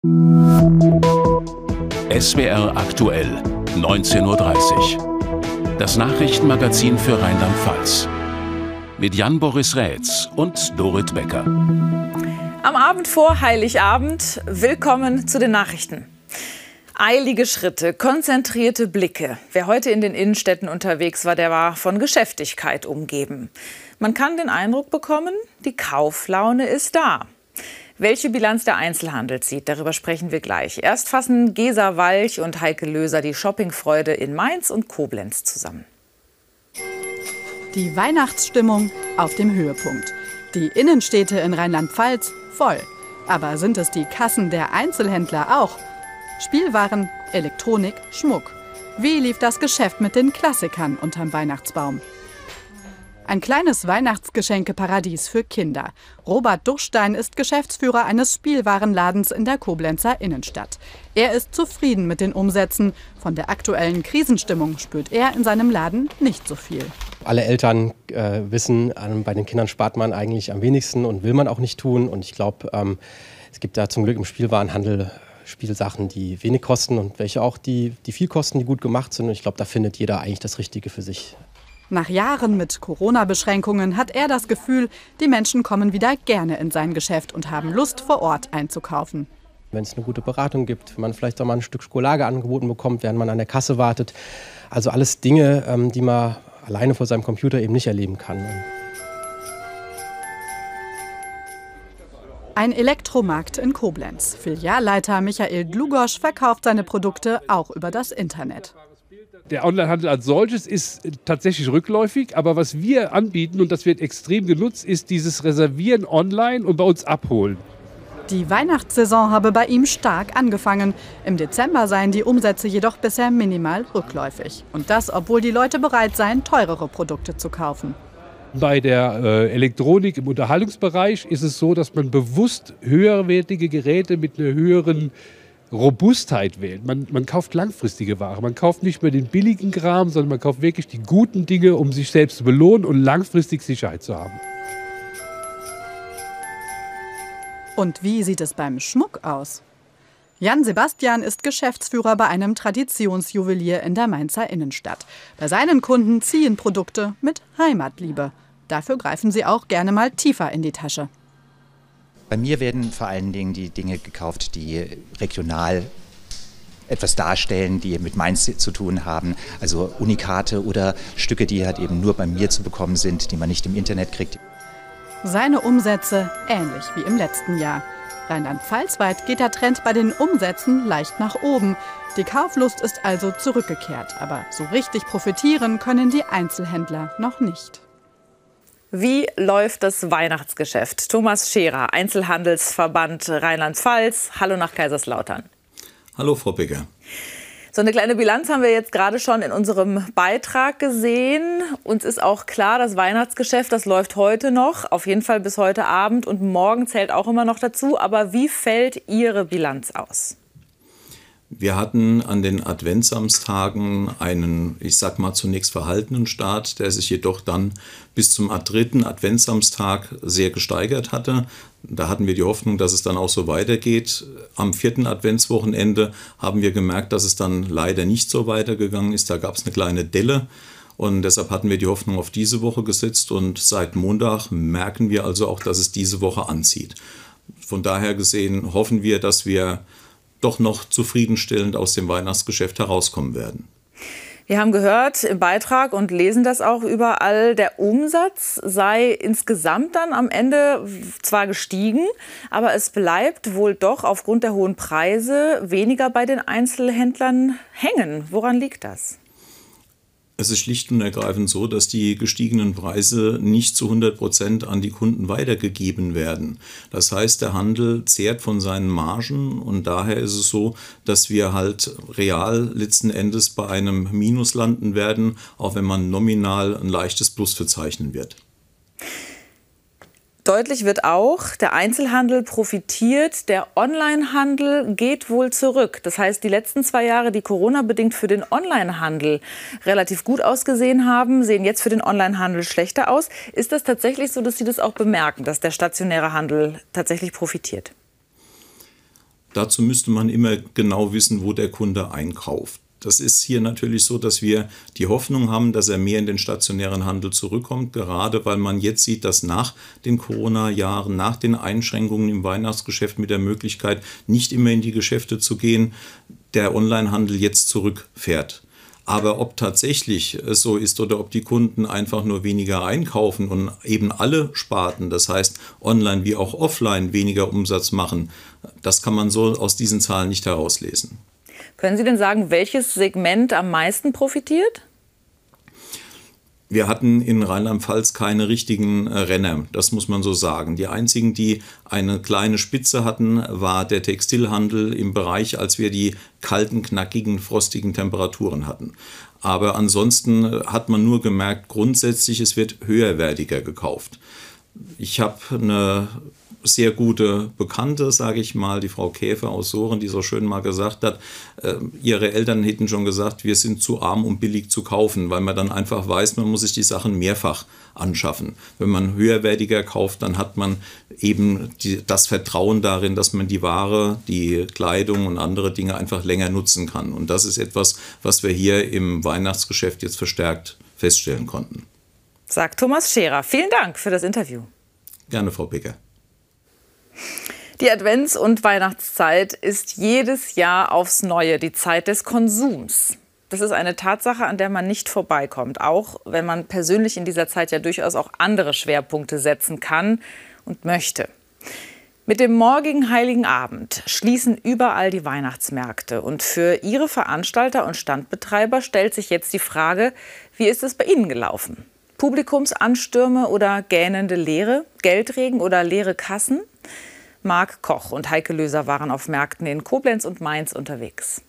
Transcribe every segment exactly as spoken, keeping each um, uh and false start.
S W R aktuell, neunzehn Uhr dreißig. Das Nachrichtenmagazin für Rheinland-Pfalz. Mit Jan-Boris Rätz und Dorit Becker. Am Abend vor Heiligabend, willkommen zu den Nachrichten. Eilige Schritte, konzentrierte Blicke. Wer heute in den Innenstädten unterwegs war, der war von Geschäftigkeit umgeben. Man kann den Eindruck bekommen, die Kauflaune ist da. Welche Bilanz der Einzelhandel zieht, darüber sprechen wir gleich. Erst fassen Gesa Walch und Heike Löser die Shoppingfreude in Mainz und Koblenz zusammen. Die Weihnachtsstimmung auf dem Höhepunkt. Die Innenstädte in Rheinland-Pfalz voll. Aber sind es die Kassen der Einzelhändler auch? Spielwaren, Elektronik, Schmuck. Wie lief das Geschäft mit den Klassikern unterm Weihnachtsbaum? Ein kleines Weihnachtsgeschenkeparadies für Kinder. Robert Duchstein ist Geschäftsführer eines Spielwarenladens in der Koblenzer Innenstadt. Er ist zufrieden mit den Umsätzen. Von der aktuellen Krisenstimmung spürt er in seinem Laden nicht so viel. Alle Eltern äh, wissen, ähm, bei den Kindern spart man eigentlich am wenigsten und will man auch nicht tun. Und ich glaube, ähm, es gibt da zum Glück im Spielwarenhandel Spielsachen, die wenig kosten und welche auch, die, die viel kosten, die gut gemacht sind. Und ich glaube, da findet jeder eigentlich das Richtige für sich. Nach Jahren mit Corona-Beschränkungen hat er das Gefühl, die Menschen kommen wieder gerne in sein Geschäft und haben Lust, vor Ort einzukaufen. Wenn es eine gute Beratung gibt, wenn man vielleicht auch mal ein Stück Schokolade angeboten bekommt, während man an der Kasse wartet. Also alles Dinge, ähm, die man alleine vor seinem Computer eben nicht erleben kann. Ein Elektromarkt in Koblenz. Filialleiter Michael Dlugosch verkauft seine Produkte auch über das Internet. Der Onlinehandel als solches ist tatsächlich rückläufig, aber was wir anbieten, und das wird extrem genutzt, ist dieses Reservieren online und bei uns abholen. Die Weihnachtssaison habe bei ihm stark angefangen. Im Dezember seien die Umsätze jedoch bisher minimal rückläufig. Und das, obwohl die Leute bereit seien, teurere Produkte zu kaufen. Bei der äh, Elektronik im Unterhaltungsbereich ist es so, dass man bewusst höherwertige Geräte mit einer höheren Robustheit wählt. Man, man kauft langfristige Ware. Man kauft nicht mehr den billigen Kram, sondern man kauft wirklich die guten Dinge, um sich selbst zu belohnen und langfristig Sicherheit zu haben. Und wie sieht es beim Schmuck aus? Jan Sebastian ist Geschäftsführer bei einem Traditionsjuwelier in der Mainzer Innenstadt. Bei seinen Kunden ziehen Produkte mit Heimatliebe. Dafür greifen sie auch gerne mal tiefer in die Tasche. Bei mir werden vor allen Dingen die Dinge gekauft, die regional etwas darstellen, die mit Mainz zu tun haben. Also Unikate oder Stücke, die halt eben nur bei mir zu bekommen sind, die man nicht im Internet kriegt. Seine Umsätze ähnlich wie im letzten Jahr. Rheinland-Pfalz-weit geht der Trend bei den Umsätzen leicht nach oben. Die Kauflust ist also zurückgekehrt. Aber so richtig profitieren können die Einzelhändler noch nicht. Wie läuft das Weihnachtsgeschäft? Thomas Scherer, Einzelhandelsverband Rheinland-Pfalz. Hallo nach Kaiserslautern. Hallo, Frau Becker. So eine kleine Bilanz haben wir jetzt gerade schon in unserem Beitrag gesehen. Uns ist auch klar, das Weihnachtsgeschäft, das läuft heute noch, auf jeden Fall bis heute Abend und morgen zählt auch immer noch dazu. Aber wie fällt Ihre Bilanz aus? Wir hatten an den Adventsamstagen einen, ich sag mal, zunächst verhaltenen Start, der sich jedoch dann bis zum dritten Adventsamstag sehr gesteigert hatte. Da hatten wir die Hoffnung, dass es dann auch so weitergeht. Am vierten Adventswochenende haben wir gemerkt, dass es dann leider nicht so weitergegangen ist. Da gab es eine kleine Delle. Und deshalb hatten wir die Hoffnung auf diese Woche gesetzt. Und seit Montag merken wir also auch, dass es diese Woche anzieht. Von daher gesehen hoffen wir, dass wir doch noch zufriedenstellend aus dem Weihnachtsgeschäft herauskommen werden. Wir haben gehört im Beitrag und lesen das auch überall, der Umsatz sei insgesamt dann am Ende zwar gestiegen, aber es bleibt wohl doch aufgrund der hohen Preise weniger bei den Einzelhändlern hängen. Woran liegt das? Es ist schlicht und ergreifend so, dass die gestiegenen Preise nicht zu hundert Prozent an die Kunden weitergegeben werden. Das heißt, der Handel zehrt von seinen Margen und daher ist es so, dass wir halt real letzten Endes bei einem Minus landen werden, auch wenn man nominal ein leichtes Plus verzeichnen wird. Deutlich wird auch, der Einzelhandel profitiert, der Onlinehandel geht wohl zurück. Das heißt, die letzten zwei Jahre, die Corona-bedingt für den Onlinehandel relativ gut ausgesehen haben, sehen jetzt für den Onlinehandel schlechter aus. Ist das tatsächlich so, dass Sie das auch bemerken, dass der stationäre Handel tatsächlich profitiert? Dazu müsste man immer genau wissen, wo der Kunde einkauft. Das ist hier natürlich so, dass wir die Hoffnung haben, dass er mehr in den stationären Handel zurückkommt, gerade weil man jetzt sieht, dass nach den Corona-Jahren, nach den Einschränkungen im Weihnachtsgeschäft mit der Möglichkeit, nicht immer in die Geschäfte zu gehen, der Onlinehandel jetzt zurückfährt. Aber ob tatsächlich es so ist oder ob die Kunden einfach nur weniger einkaufen und eben alle Sparten, das heißt online wie auch offline, weniger Umsatz machen, das kann man so aus diesen Zahlen nicht herauslesen. Können Sie denn sagen, welches Segment am meisten profitiert? Wir hatten in Rheinland-Pfalz keine richtigen Renner, das muss man so sagen. Die einzigen, die eine kleine Spitze hatten, war der Textilhandel im Bereich, als wir die kalten, knackigen, frostigen Temperaturen hatten. Aber ansonsten hat man nur gemerkt, grundsätzlich, es wird höherwertiger gekauft. Ich habe eine sehr gute Bekannte, sage ich mal, die Frau Käfer aus Sohren, die so schön mal gesagt hat, äh, ihre Eltern hätten schon gesagt, wir sind zu arm, um billig zu kaufen, weil man dann einfach weiß, man muss sich die Sachen mehrfach anschaffen. Wenn man höherwertiger kauft, dann hat man eben die, das Vertrauen darin, dass man die Ware, die Kleidung und andere Dinge einfach länger nutzen kann. Und das ist etwas, was wir hier im Weihnachtsgeschäft jetzt verstärkt feststellen konnten. Sagt Thomas Scherer. Vielen Dank für das Interview. Gerne, Frau Becker. Die Advents- und Weihnachtszeit ist jedes Jahr aufs Neue die Zeit des Konsums. Das ist eine Tatsache, an der man nicht vorbeikommt, auch wenn man persönlich in dieser Zeit ja durchaus auch andere Schwerpunkte setzen kann und möchte. Mit dem morgigen Heiligen Abend schließen überall die Weihnachtsmärkte. Und für ihre Veranstalter und Standbetreiber stellt sich jetzt die Frage, wie ist es bei Ihnen gelaufen? Publikumsanstürme oder gähnende Leere, Geldregen oder leere Kassen? Marc Koch und Heike Löser waren auf Märkten in Koblenz und Mainz unterwegs.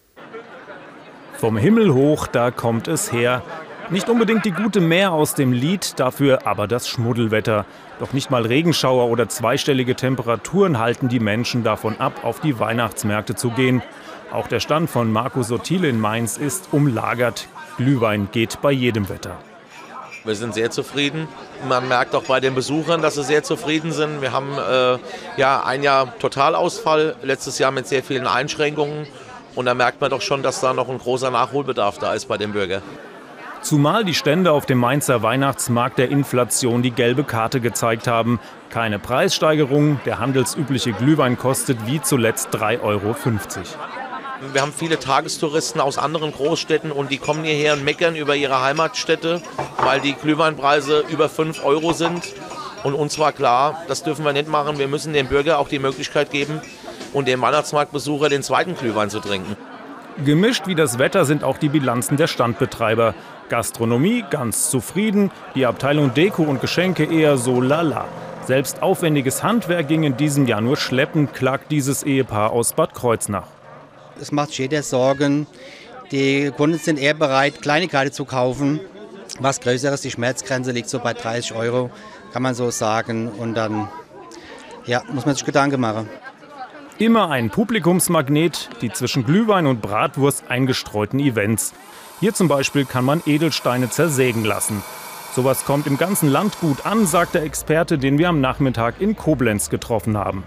Vom Himmel hoch, da kommt es her. Nicht unbedingt die gute Mär aus dem Lied, dafür aber das Schmuddelwetter. Doch nicht mal Regenschauer oder zweistellige Temperaturen halten die Menschen davon ab, auf die Weihnachtsmärkte zu gehen. Auch der Stand von Marco Sottile in Mainz ist umlagert. Glühwein geht bei jedem Wetter. Wir sind sehr zufrieden. Man merkt auch bei den Besuchern, dass sie sehr zufrieden sind. Wir haben äh, ja ein Jahr Totalausfall, letztes Jahr mit sehr vielen Einschränkungen. Und da merkt man doch schon, dass da noch ein großer Nachholbedarf da ist bei den Bürgern. Zumal die Stände auf dem Mainzer Weihnachtsmarkt der Inflation die gelbe Karte gezeigt haben. Keine Preissteigerung, der handelsübliche Glühwein kostet wie zuletzt drei Euro fünfzig. Wir haben viele Tagestouristen aus anderen Großstädten und die kommen hierher und meckern über ihre Heimatstädte, weil die Glühweinpreise über fünf Euro sind. Und uns war klar, das dürfen wir nicht machen. Wir müssen dem Bürger auch die Möglichkeit geben und dem Weihnachtsmarktbesucher den zweiten Glühwein zu trinken. Gemischt wie das Wetter sind auch die Bilanzen der Standbetreiber. Gastronomie ganz zufrieden, die Abteilung Deko und Geschenke eher so lala. Selbst aufwendiges Handwerk ging in diesem Jahr nur schleppend, klagt dieses Ehepaar aus Bad Kreuznach. Es macht jeder Sorgen. Die Kunden sind eher bereit, Kleinigkeiten zu kaufen. Was Größeres, die Schmerzgrenze liegt so bei dreißig Euro, kann man so sagen. Und dann ja, muss man sich Gedanken machen. Immer ein Publikumsmagnet, die zwischen Glühwein und Bratwurst eingestreuten Events. Hier zum Beispiel kann man Edelsteine zersägen lassen. Sowas kommt im ganzen Land gut an, sagt der Experte, den wir am Nachmittag in Koblenz getroffen haben.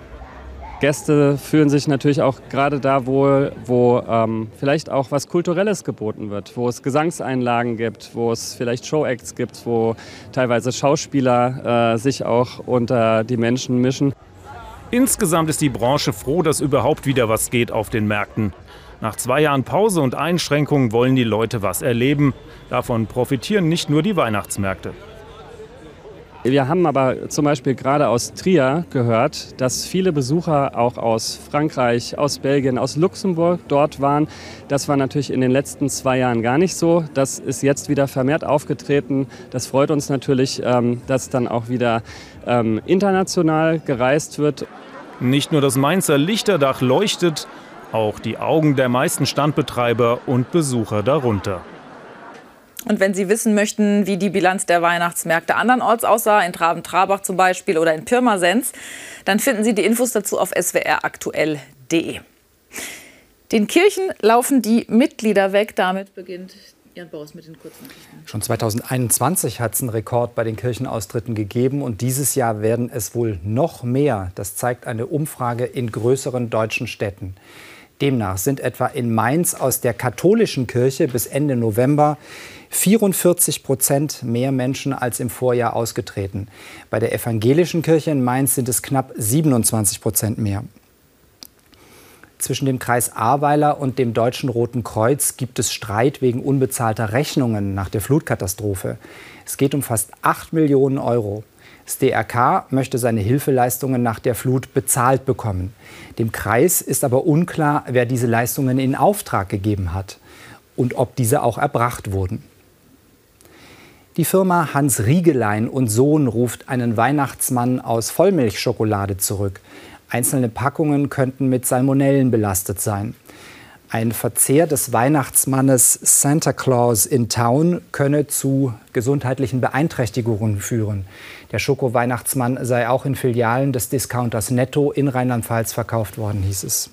Gäste fühlen sich natürlich auch gerade da wohl, wo ähm, vielleicht auch was Kulturelles geboten wird, wo es Gesangseinlagen gibt, wo es vielleicht Showacts gibt, wo teilweise Schauspieler äh, sich auch unter die Menschen mischen. Insgesamt ist die Branche froh, dass überhaupt wieder was geht auf den Märkten. Nach zwei Jahren Pause und Einschränkungen wollen die Leute was erleben. Davon profitieren nicht nur die Weihnachtsmärkte. Wir haben aber zum Beispiel gerade aus Trier gehört, dass viele Besucher auch aus Frankreich, aus Belgien, aus Luxemburg dort waren. Das war natürlich in den letzten zwei Jahren gar nicht so. Das ist jetzt wieder vermehrt aufgetreten. Das freut uns natürlich, dass dann auch wieder international gereist wird. Nicht nur das Mainzer Lichterdach leuchtet, auch die Augen der meisten Standbetreiber und Besucher darunter. Und wenn Sie wissen möchten, wie die Bilanz der Weihnachtsmärkte andernorts aussah, in Traben-Trabach zum Beispiel oder in Pirmasens, dann finden Sie die Infos dazu auf s w r aktuell punkt d e. Den Kirchen laufen die Mitglieder weg. Damit beginnt Jan Boris mit den Kurznachrichten. Schon zweitausendeinundzwanzig hat es einen Rekord bei den Kirchenaustritten gegeben und dieses Jahr werden es wohl noch mehr. Das zeigt eine Umfrage in größeren deutschen Städten. Demnach sind etwa in Mainz aus der katholischen Kirche bis Ende November vierundvierzig Prozent mehr Menschen als im Vorjahr ausgetreten. Bei der evangelischen Kirche in Mainz sind es knapp siebenundzwanzig Prozent mehr. Zwischen dem Kreis Ahrweiler und dem Deutschen Roten Kreuz gibt es Streit wegen unbezahlter Rechnungen nach der Flutkatastrophe. Es geht um fast acht Millionen Euro. Das D R K möchte seine Hilfeleistungen nach der Flut bezahlt bekommen. Dem Kreis ist aber unklar, wer diese Leistungen in Auftrag gegeben hat und ob diese auch erbracht wurden. Die Firma Hans Riegelein und Sohn ruft einen Weihnachtsmann aus Vollmilchschokolade zurück. Einzelne Packungen könnten mit Salmonellen belastet sein. Ein Verzehr des Weihnachtsmannes Santa Claus in Town könne zu gesundheitlichen Beeinträchtigungen führen. Der Schoko-Weihnachtsmann sei auch in Filialen des Discounters Netto in Rheinland-Pfalz verkauft worden, hieß es.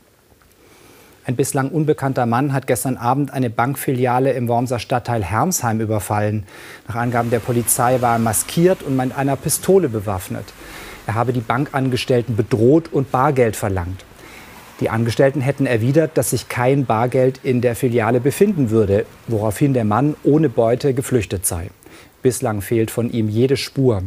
Ein bislang unbekannter Mann hat gestern Abend eine Bankfiliale im Wormser Stadtteil Hermsheim überfallen. Nach Angaben der Polizei war er maskiert und mit einer Pistole bewaffnet. Er habe die Bankangestellten bedroht und Bargeld verlangt. Die Angestellten hätten erwidert, dass sich kein Bargeld in der Filiale befinden würde, woraufhin der Mann ohne Beute geflüchtet sei. Bislang fehlt von ihm jede Spur.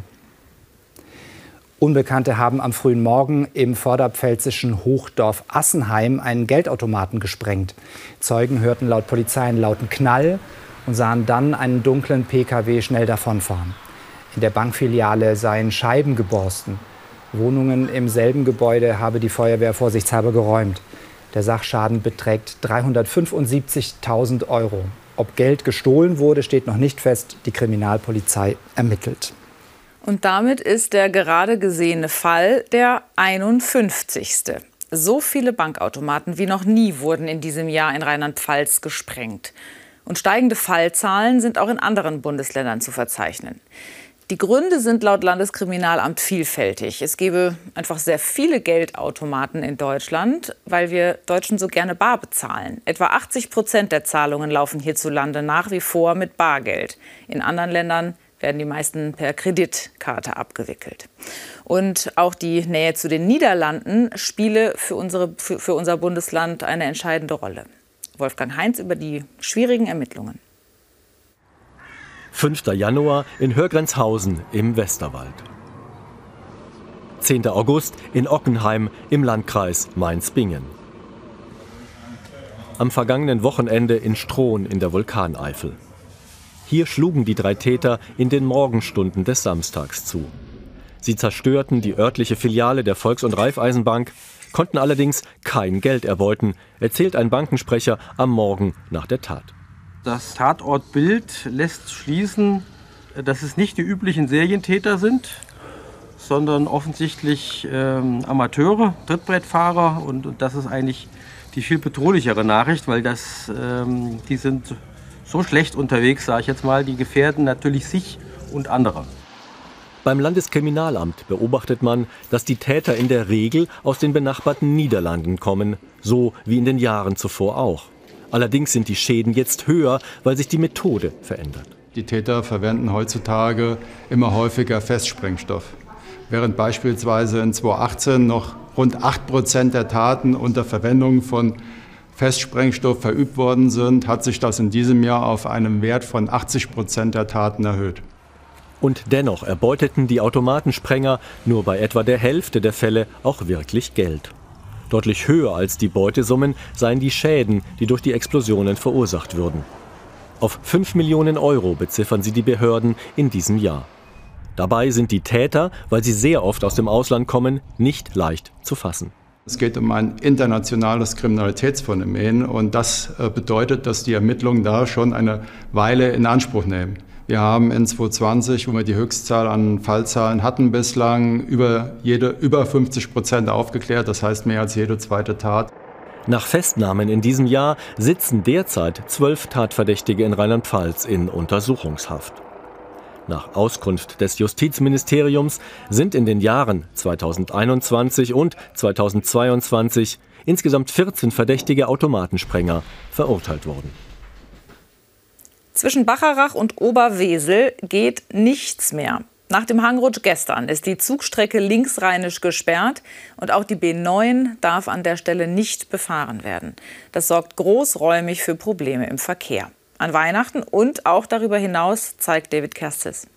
Unbekannte haben am frühen Morgen im vorderpfälzischen Hochdorf Assenheim einen Geldautomaten gesprengt. Zeugen hörten laut Polizei einen lauten Knall und sahen dann einen dunklen P K W schnell davonfahren. In der Bankfiliale seien Scheiben geborsten. Wohnungen im selben Gebäude habe die Feuerwehr vorsichtshalber geräumt. Der Sachschaden beträgt dreihundertfünfundsiebzigtausend Euro. Ob Geld gestohlen wurde, steht noch nicht fest. Die Kriminalpolizei ermittelt. Und damit ist der gerade gesehene Fall der einundfünfzigste. So viele Bankautomaten wie noch nie wurden in diesem Jahr in Rheinland-Pfalz gesprengt. Und steigende Fallzahlen sind auch in anderen Bundesländern zu verzeichnen. Die Gründe sind laut Landeskriminalamt vielfältig. Es gäbe einfach sehr viele Geldautomaten in Deutschland, weil wir Deutschen so gerne bar bezahlen. Etwa achtzig Prozent der Zahlungen laufen hierzulande nach wie vor mit Bargeld. In anderen Ländern werden die meisten per Kreditkarte abgewickelt. Und auch die Nähe zu den Niederlanden spiele für, unsere, für, für unser Bundesland eine entscheidende Rolle. Wolfgang Heinz über die schwierigen Ermittlungen. fünfter Januar in Hörgrenzhausen im Westerwald. zehnter August in Ockenheim im Landkreis Mainz-Bingen. Am vergangenen Wochenende in Stroon in der Vulkaneifel. Hier schlugen die drei Täter in den Morgenstunden des Samstags zu. Sie zerstörten die örtliche Filiale der Volks- und Raiffeisenbank, konnten allerdings kein Geld erbeuten, erzählt ein Bankensprecher am Morgen nach der Tat. Das Tatortbild lässt schließen, dass es nicht die üblichen Serientäter sind, sondern offensichtlich ähm, Amateure, Trittbrettfahrer. Und, und das ist eigentlich die viel bedrohlichere Nachricht, weil das, ähm, die sind so schlecht unterwegs, sage ich jetzt mal, die gefährden natürlich sich und andere. Beim Landeskriminalamt beobachtet man, dass die Täter in der Regel aus den benachbarten Niederlanden kommen, so wie in den Jahren zuvor auch. Allerdings sind die Schäden jetzt höher, weil sich die Methode verändert. Die Täter verwenden heutzutage immer häufiger Festsprengstoff. Während beispielsweise in zweitausendachtzehn noch rund acht Prozent der Taten unter Verwendung von Festsprengstoff verübt worden sind, hat sich das in diesem Jahr auf einen Wert von achtzig Prozent der Taten erhöht. Und dennoch erbeuteten die Automatensprenger nur bei etwa der Hälfte der Fälle auch wirklich Geld. Deutlich höher als die Beutesummen seien die Schäden, die durch die Explosionen verursacht würden. Auf fünf Millionen Euro beziffern sie die Behörden in diesem Jahr. Dabei sind die Täter, weil sie sehr oft aus dem Ausland kommen, nicht leicht zu fassen. Es geht um ein internationales Kriminalitätsphänomen und das bedeutet, dass die Ermittlungen da schon eine Weile in Anspruch nehmen. Wir haben in zweitausendzwanzig, wo wir die Höchstzahl an Fallzahlen hatten bislang, über, jede, über fünfzig Prozent aufgeklärt, das heißt mehr als jede zweite Tat. Nach Festnahmen in diesem Jahr sitzen derzeit zwölf Tatverdächtige in Rheinland-Pfalz in Untersuchungshaft. Nach Auskunft des Justizministeriums sind in den Jahren zweitausendeinundzwanzig und zweitausendzweiundzwanzig insgesamt vierzehn verdächtige Automatensprenger verurteilt worden. Zwischen Bacharach und Oberwesel geht nichts mehr. Nach dem Hangrutsch gestern ist die Zugstrecke linksrheinisch gesperrt und auch die B neun darf an der Stelle nicht befahren werden. Das sorgt großräumig für Probleme im Verkehr. An Weihnachten und auch darüber hinaus, zeigt David Kerstis.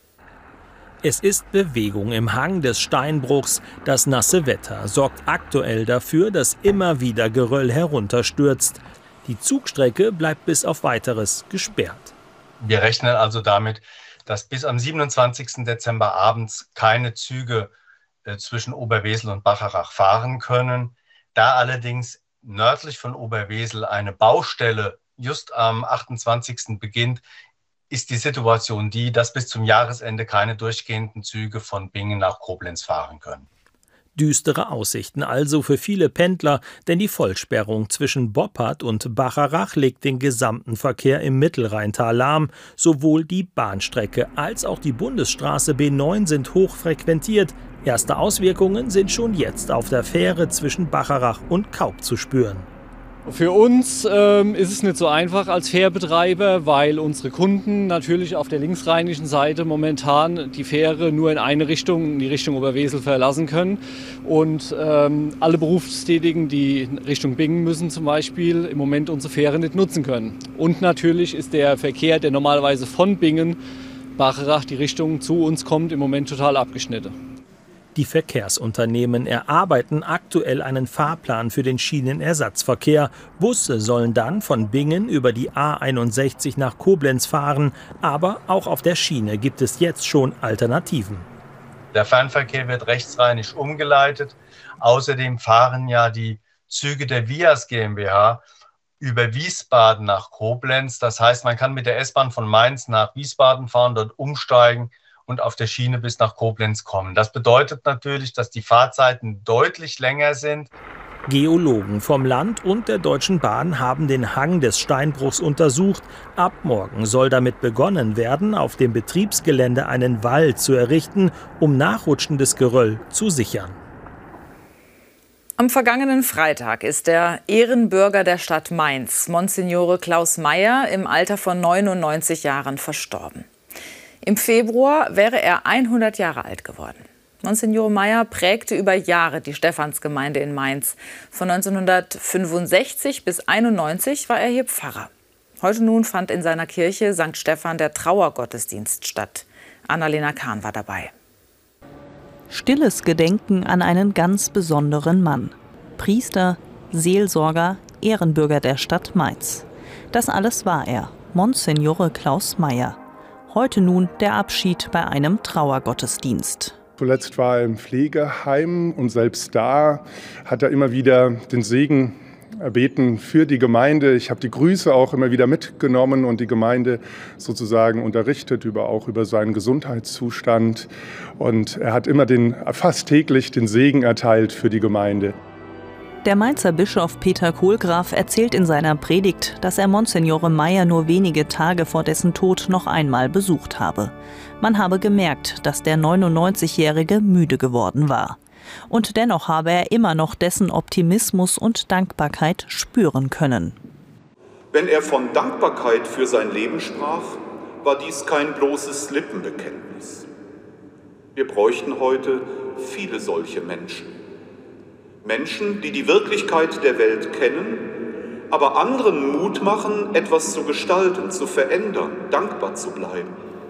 Es ist Bewegung im Hang des Steinbruchs. Das nasse Wetter sorgt aktuell dafür, dass immer wieder Geröll herunterstürzt. Die Zugstrecke bleibt bis auf Weiteres gesperrt. Wir rechnen also damit, dass bis am siebenundzwanzigsten Dezember abends keine Züge äh, zwischen Oberwesel und Bacharach fahren können. Da allerdings nördlich von Oberwesel eine Baustelle just am achtundzwanzigsten beginnt, ist die Situation die, dass bis zum Jahresende keine durchgehenden Züge von Bingen nach Koblenz fahren können. Düstere Aussichten also für viele Pendler, denn die Vollsperrung zwischen Boppard und Bacharach legt den gesamten Verkehr im Mittelrheintal lahm. Sowohl die Bahnstrecke als auch die Bundesstraße B neun sind hoch frequentiert. Erste Auswirkungen sind schon jetzt auf der Fähre zwischen Bacharach und Kaub zu spüren. Für uns ähm, ist es nicht so einfach als Fährbetreiber, weil unsere Kunden natürlich auf der linksrheinischen Seite momentan die Fähre nur in eine Richtung, in die Richtung Oberwesel verlassen können. Und ähm, alle Berufstätigen, die in Richtung Bingen müssen zum Beispiel, im Moment unsere Fähre nicht nutzen können. Und natürlich ist der Verkehr, der normalerweise von Bingen, Bacharach, die Richtung zu uns kommt, im Moment total abgeschnitten. Die Verkehrsunternehmen erarbeiten aktuell einen Fahrplan für den Schienenersatzverkehr. Busse sollen dann von Bingen über die A einundsechzig nach Koblenz fahren. Aber auch auf der Schiene gibt es jetzt schon Alternativen. Der Fernverkehr wird rechtsrheinisch umgeleitet. Außerdem fahren ja die Züge der Vias GmbH über Wiesbaden nach Koblenz. Das heißt, man kann mit der S-Bahn von Mainz nach Wiesbaden fahren, dort umsteigen und auf der Schiene bis nach Koblenz kommen. Das bedeutet natürlich, dass die Fahrzeiten deutlich länger sind. Geologen vom Land und der Deutschen Bahn haben den Hang des Steinbruchs untersucht. Ab morgen soll damit begonnen werden, auf dem Betriebsgelände einen Wall zu errichten, um nachrutschendes Geröll zu sichern. Am vergangenen Freitag ist der Ehrenbürger der Stadt Mainz, Monsignore Klaus Meyer, im Alter von neunundneunzig Jahren verstorben. Im Februar wäre er hundert Jahre alt geworden. Monsignore Meyer prägte über Jahre die Stephansgemeinde in Mainz. Von neunzehnhundertfünfundsechzig bis einundneunzig war er hier Pfarrer. Heute nun fand in seiner Kirche Sankt Stephan der Trauergottesdienst statt. Annalena Kahn war dabei. Stilles Gedenken an einen ganz besonderen Mann. Priester, Seelsorger, Ehrenbürger der Stadt Mainz. Das alles war er, Monsignore Klaus Meyer. Heute nun der Abschied bei einem Trauergottesdienst. Zuletzt war er im Pflegeheim und selbst da hat er immer wieder den Segen erbeten für die Gemeinde. Ich habe die Grüße auch immer wieder mitgenommen und die Gemeinde sozusagen unterrichtet, über, auch über seinen Gesundheitszustand. Und er hat immer den, fast täglich den Segen erteilt für die Gemeinde. Der Mainzer Bischof Peter Kohlgraf erzählt in seiner Predigt, dass er Monsignore Meyer nur wenige Tage vor dessen Tod noch einmal besucht habe. Man habe gemerkt, dass der neunundneunzigjährige müde geworden war. Und dennoch habe er immer noch dessen Optimismus und Dankbarkeit spüren können. Wenn er von Dankbarkeit für sein Leben sprach, war dies kein bloßes Lippenbekenntnis. Wir bräuchten heute viele solche Menschen. Menschen, die die Wirklichkeit der Welt kennen, aber anderen Mut machen, etwas zu gestalten, zu verändern, dankbar zu bleiben.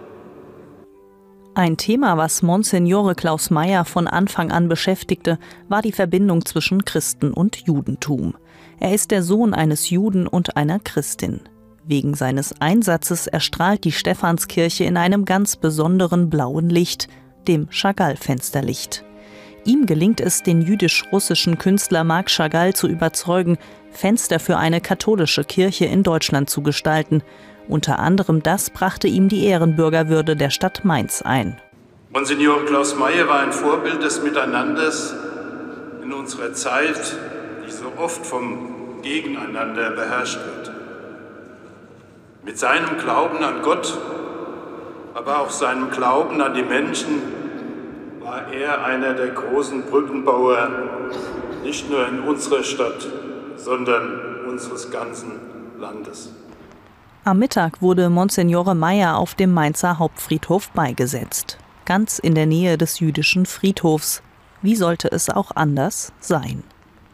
Ein Thema, was Monsignore Klaus Meyer von Anfang an beschäftigte, war die Verbindung zwischen Christen und Judentum. Er ist der Sohn eines Juden und einer Christin. Wegen seines Einsatzes erstrahlt die Stephanskirche in einem ganz besonderen blauen Licht, dem Chagall-Fensterlicht. Ihm gelingt es, den jüdisch-russischen Künstler Marc Chagall zu überzeugen, Fenster für eine katholische Kirche in Deutschland zu gestalten. Unter anderem das brachte ihm die Ehrenbürgerwürde der Stadt Mainz ein. Monsignore Klaus Meyer war ein Vorbild des Miteinanders in unserer Zeit, die so oft vom Gegeneinander beherrscht wird. Mit seinem Glauben an Gott, aber auch seinem Glauben an die Menschen war er einer der großen Brückenbauer, nicht nur in unserer Stadt, sondern unseres ganzen Landes. Am Mittag wurde Monsignore Meyer auf dem Mainzer Hauptfriedhof beigesetzt. Ganz in der Nähe des jüdischen Friedhofs. Wie sollte es auch anders sein?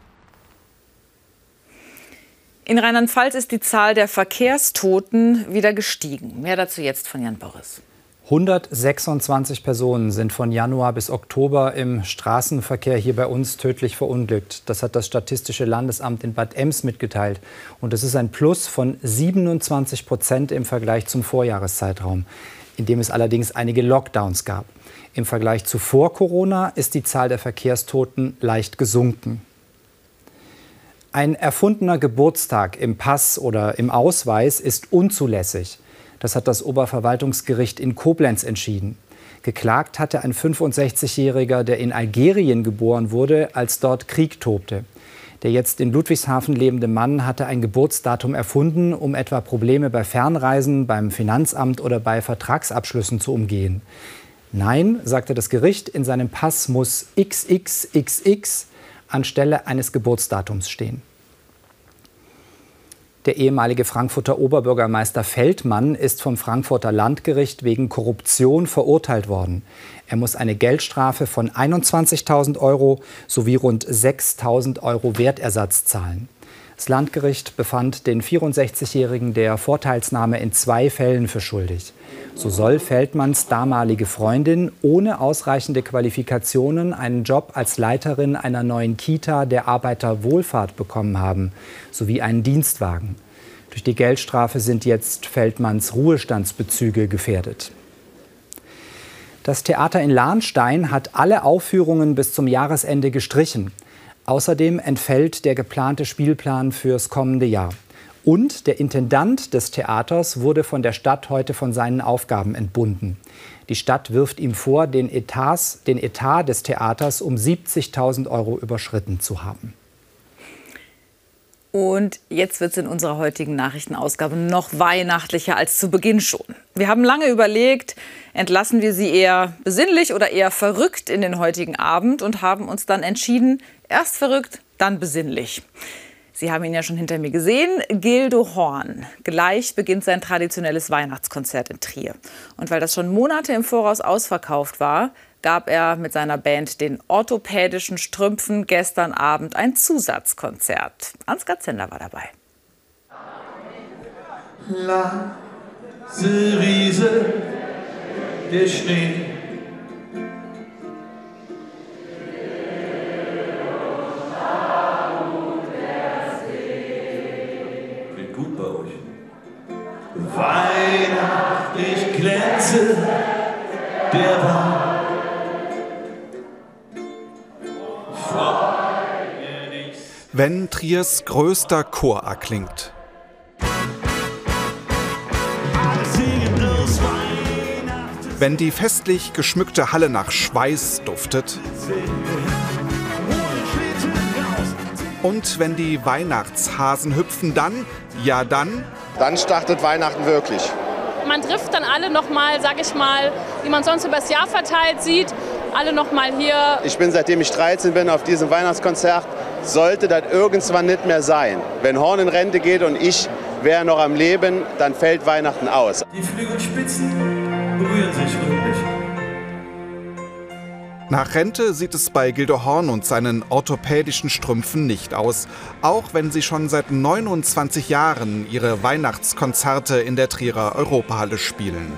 In Rheinland-Pfalz ist die Zahl der Verkehrstoten wieder gestiegen. Mehr dazu jetzt von Jan Boris. hundertsechsundzwanzig Personen sind von Januar bis Oktober im Straßenverkehr hier bei uns tödlich verunglückt. Das hat das Statistische Landesamt in Bad Ems mitgeteilt. Und das ist ein Plus von siebenundzwanzig Prozent im Vergleich zum Vorjahreszeitraum, in dem es allerdings einige Lockdowns gab. Im Vergleich zu vor Corona ist die Zahl der Verkehrstoten leicht gesunken. Ein erfundener Geburtstag im Pass oder im Ausweis ist unzulässig. Das hat das Oberverwaltungsgericht in Koblenz entschieden. Geklagt hatte ein fünfundsechzigjähriger, der in Algerien geboren wurde, als dort Krieg tobte. Der jetzt in Ludwigshafen lebende Mann hatte ein Geburtsdatum erfunden, um etwa Probleme bei Fernreisen, beim Finanzamt oder bei Vertragsabschlüssen zu umgehen. Nein, sagte das Gericht, in seinem Pass muss X X X X anstelle eines Geburtsdatums stehen. Der ehemalige Frankfurter Oberbürgermeister Feldmann ist vom Frankfurter Landgericht wegen Korruption verurteilt worden. Er muss eine Geldstrafe von einundzwanzigtausend Euro sowie rund sechstausend Euro Wertersatz zahlen. Das Landgericht befand den vierundsechzigjährigen der Vorteilsnahme in zwei Fällen für schuldig. So soll Feldmanns damalige Freundin ohne ausreichende Qualifikationen einen Job als Leiterin einer neuen Kita der Arbeiterwohlfahrt bekommen haben, sowie einen Dienstwagen. Durch die Geldstrafe sind jetzt Feldmanns Ruhestandsbezüge gefährdet. Das Theater in Lahnstein hat alle Aufführungen bis zum Jahresende gestrichen. Außerdem entfällt der geplante Spielplan fürs kommende Jahr. Und der Intendant des Theaters wurde von der Stadt heute von seinen Aufgaben entbunden. Die Stadt wirft ihm vor, den, Etats, den Etat des Theaters um siebzigtausend Euro überschritten zu haben. Und jetzt wird es in unserer heutigen Nachrichtenausgabe noch weihnachtlicher als zu Beginn schon. Wir haben lange überlegt, entlassen wir Sie eher besinnlich oder eher verrückt in den heutigen Abend und haben uns dann entschieden, erst verrückt, dann besinnlich. Sie haben ihn ja schon hinter mir gesehen, Gildo Horn. Gleich beginnt sein traditionelles Weihnachtskonzert in Trier. Und weil das schon Monate im Voraus ausverkauft war, gab er mit seiner Band den orthopädischen Strümpfen gestern Abend ein Zusatzkonzert. Ansgar Zender war dabei. Leise Riese, der Schnee. Klingt gut bei euch. Weihnacht, ich glänze, der war. Wenn Triers größter Chor erklingt. Wenn die festlich geschmückte Halle nach Schweiß duftet. Und wenn die Weihnachtshasen hüpfen, dann, ja dann... Dann startet Weihnachten wirklich. Man trifft dann alle noch mal, sag ich mal, wie man sonst übers Jahr verteilt sieht, alle noch mal hier. Ich bin, seitdem ich dreizehn bin, auf diesem Weihnachtskonzert. Sollte das irgendwann nicht mehr sein. Wenn Horn in Rente geht und ich wäre noch am Leben, dann fällt Weihnachten aus. Die Flügelspitzen berühren sich rhythmisch. Nach Rente sieht es bei Gildo Horn und seinen orthopädischen Strümpfen nicht aus. Auch wenn sie schon seit neunundzwanzig Jahren ihre Weihnachtskonzerte in der Trierer Europahalle spielen.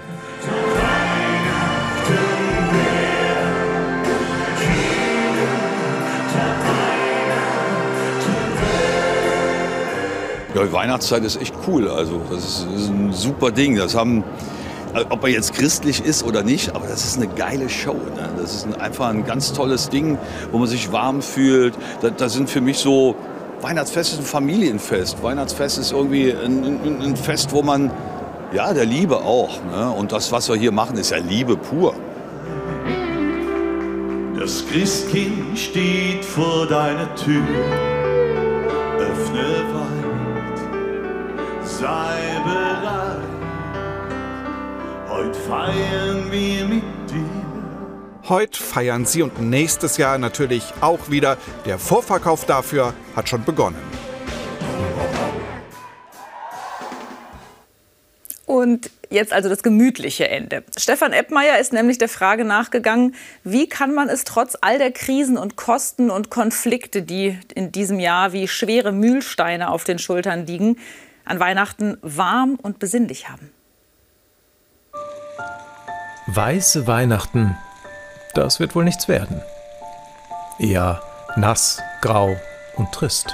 Ja, die Weihnachtszeit ist echt cool. Also das ist, das ist ein super Ding. Das haben, ob er jetzt christlich ist oder nicht, aber das ist eine geile Show. Ne? Das ist ein, einfach ein ganz tolles Ding, wo man sich warm fühlt. Da, da sind für mich so, Weihnachtsfest ist ein Familienfest. Weihnachtsfest ist irgendwie ein, ein, ein Fest, wo man, ja, der Liebe auch. Ne? Und das, was wir hier machen, ist ja Liebe pur. Das Christkind steht vor deiner Tür. Öffne weit, sei bereit. Heute feiern wir mit dir. Heute feiern sie und nächstes Jahr natürlich auch wieder. Der Vorverkauf dafür hat schon begonnen. Und jetzt also das gemütliche Ende. Stefan Eppmeier ist nämlich der Frage nachgegangen, wie kann man es trotz all der Krisen und Kosten und Konflikte, die in diesem Jahr wie schwere Mühlsteine auf den Schultern liegen, an Weihnachten warm und besinnlich haben. Weiße Weihnachten, das wird wohl nichts werden. Eher nass, grau und trist.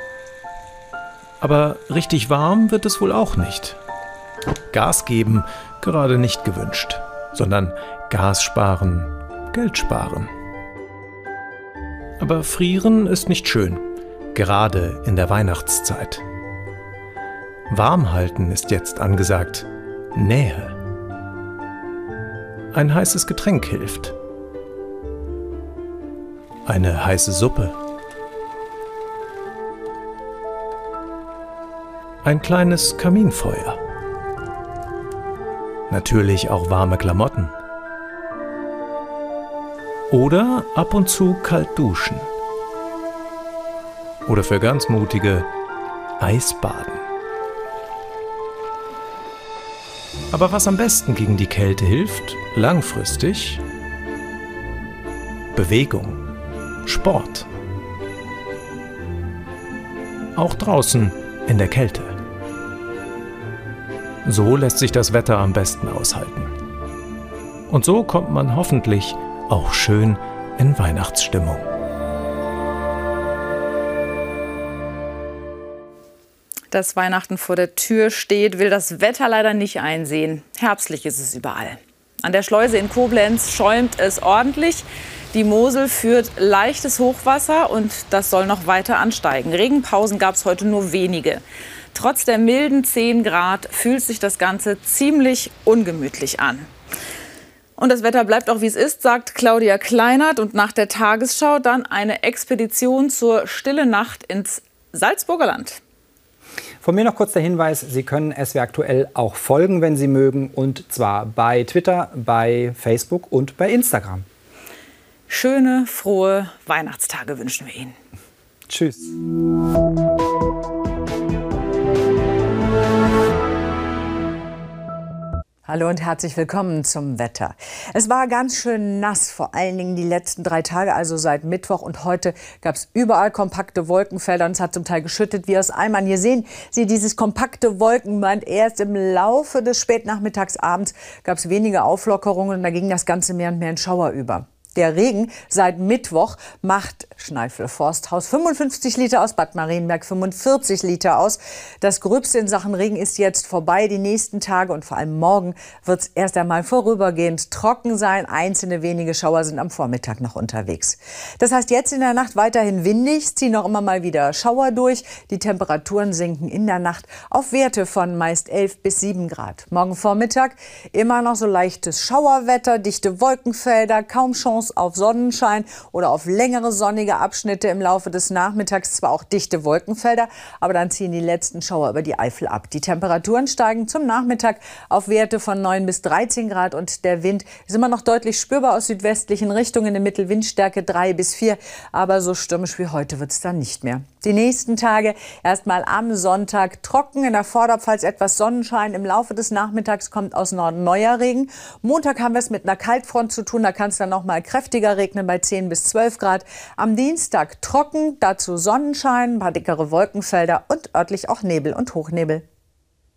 Aber richtig warm wird es wohl auch nicht. Gas geben, gerade nicht gewünscht, sondern Gas sparen, Geld sparen. Aber frieren ist nicht schön, gerade in der Weihnachtszeit. Warm halten ist jetzt angesagt, Nähe. Ein heißes Getränk hilft. Eine heiße Suppe. Ein kleines Kaminfeuer. Natürlich auch warme Klamotten. Oder ab und zu kalt duschen. Oder für ganz Mutige Eisbaden. Aber was am besten gegen die Kälte hilft, langfristig? Bewegung, Sport. Auch draußen in der Kälte. So lässt sich das Wetter am besten aushalten. Und so kommt man hoffentlich auch schön in Weihnachtsstimmung. Dass Weihnachten vor der Tür steht, will das Wetter leider nicht einsehen. Herbstlich ist es überall. An der Schleuse in Koblenz schäumt es ordentlich. Die Mosel führt leichtes Hochwasser und das soll noch weiter ansteigen. Regenpausen gab es heute nur wenige. Trotz der milden zehn Grad fühlt sich das Ganze ziemlich ungemütlich an. Und das Wetter bleibt auch wie es ist, sagt Claudia Kleinert. Und nach der Tagesschau dann eine Expedition zur Stille Nacht ins Salzburger Land. Von mir noch kurz der Hinweis, Sie können S W R aktuell auch folgen, wenn Sie mögen. Und zwar bei Twitter, bei Facebook und bei Instagram. Schöne, frohe Weihnachtstage wünschen wir Ihnen. Tschüss. Hallo und herzlich willkommen zum Wetter. Es war ganz schön nass, vor allen Dingen die letzten drei Tage, also seit Mittwoch. Und heute gab es überall kompakte Wolkenfelder und es hat zum Teil geschüttet wie aus Eimern. Hier sehen Sie dieses kompakte Wolkenband. Erst im Laufe des Spätnachmittags, abends gab es wenige Auflockerungen und da ging das Ganze mehr und mehr in Schauer über. Der Regen seit Mittwoch macht Schneifel Forsthaus fünfundfünfzig Liter aus, Bad Marienberg fünfundvierzig Liter aus. Das Gröbste in Sachen Regen ist jetzt vorbei. Die nächsten Tage und vor allem morgen wird es erst einmal vorübergehend trocken sein. Einzelne wenige Schauer sind am Vormittag noch unterwegs. Das heißt, jetzt in der Nacht weiterhin windig, es ziehen noch immer mal wieder Schauer durch. Die Temperaturen sinken in der Nacht auf Werte von meist elf bis sieben Grad. Morgen Vormittag immer noch so leichtes Schauerwetter, dichte Wolkenfelder, kaum Chance auf Sonnenschein oder auf längere sonnige Abschnitte im Laufe des Nachmittags. Zwar auch dichte Wolkenfelder, aber dann ziehen die letzten Schauer über die Eifel ab. Die Temperaturen steigen zum Nachmittag auf Werte von neun bis dreizehn Grad und der Wind ist immer noch deutlich spürbar aus südwestlichen Richtungen in Mittelwindstärke drei bis vier. Aber so stürmisch wie heute wird es dann nicht mehr. Die nächsten Tage erstmal am Sonntag trocken, in der Vorderpfalz etwas Sonnenschein. Im Laufe des Nachmittags kommt aus Norden neuer Regen. Montag haben wir es mit einer Kaltfront zu tun, da kann es dann noch mal kräftiger regnen bei zehn bis zwölf Grad. Am Dienstag trocken, dazu Sonnenschein, ein paar dickere Wolkenfelder und örtlich auch Nebel und Hochnebel.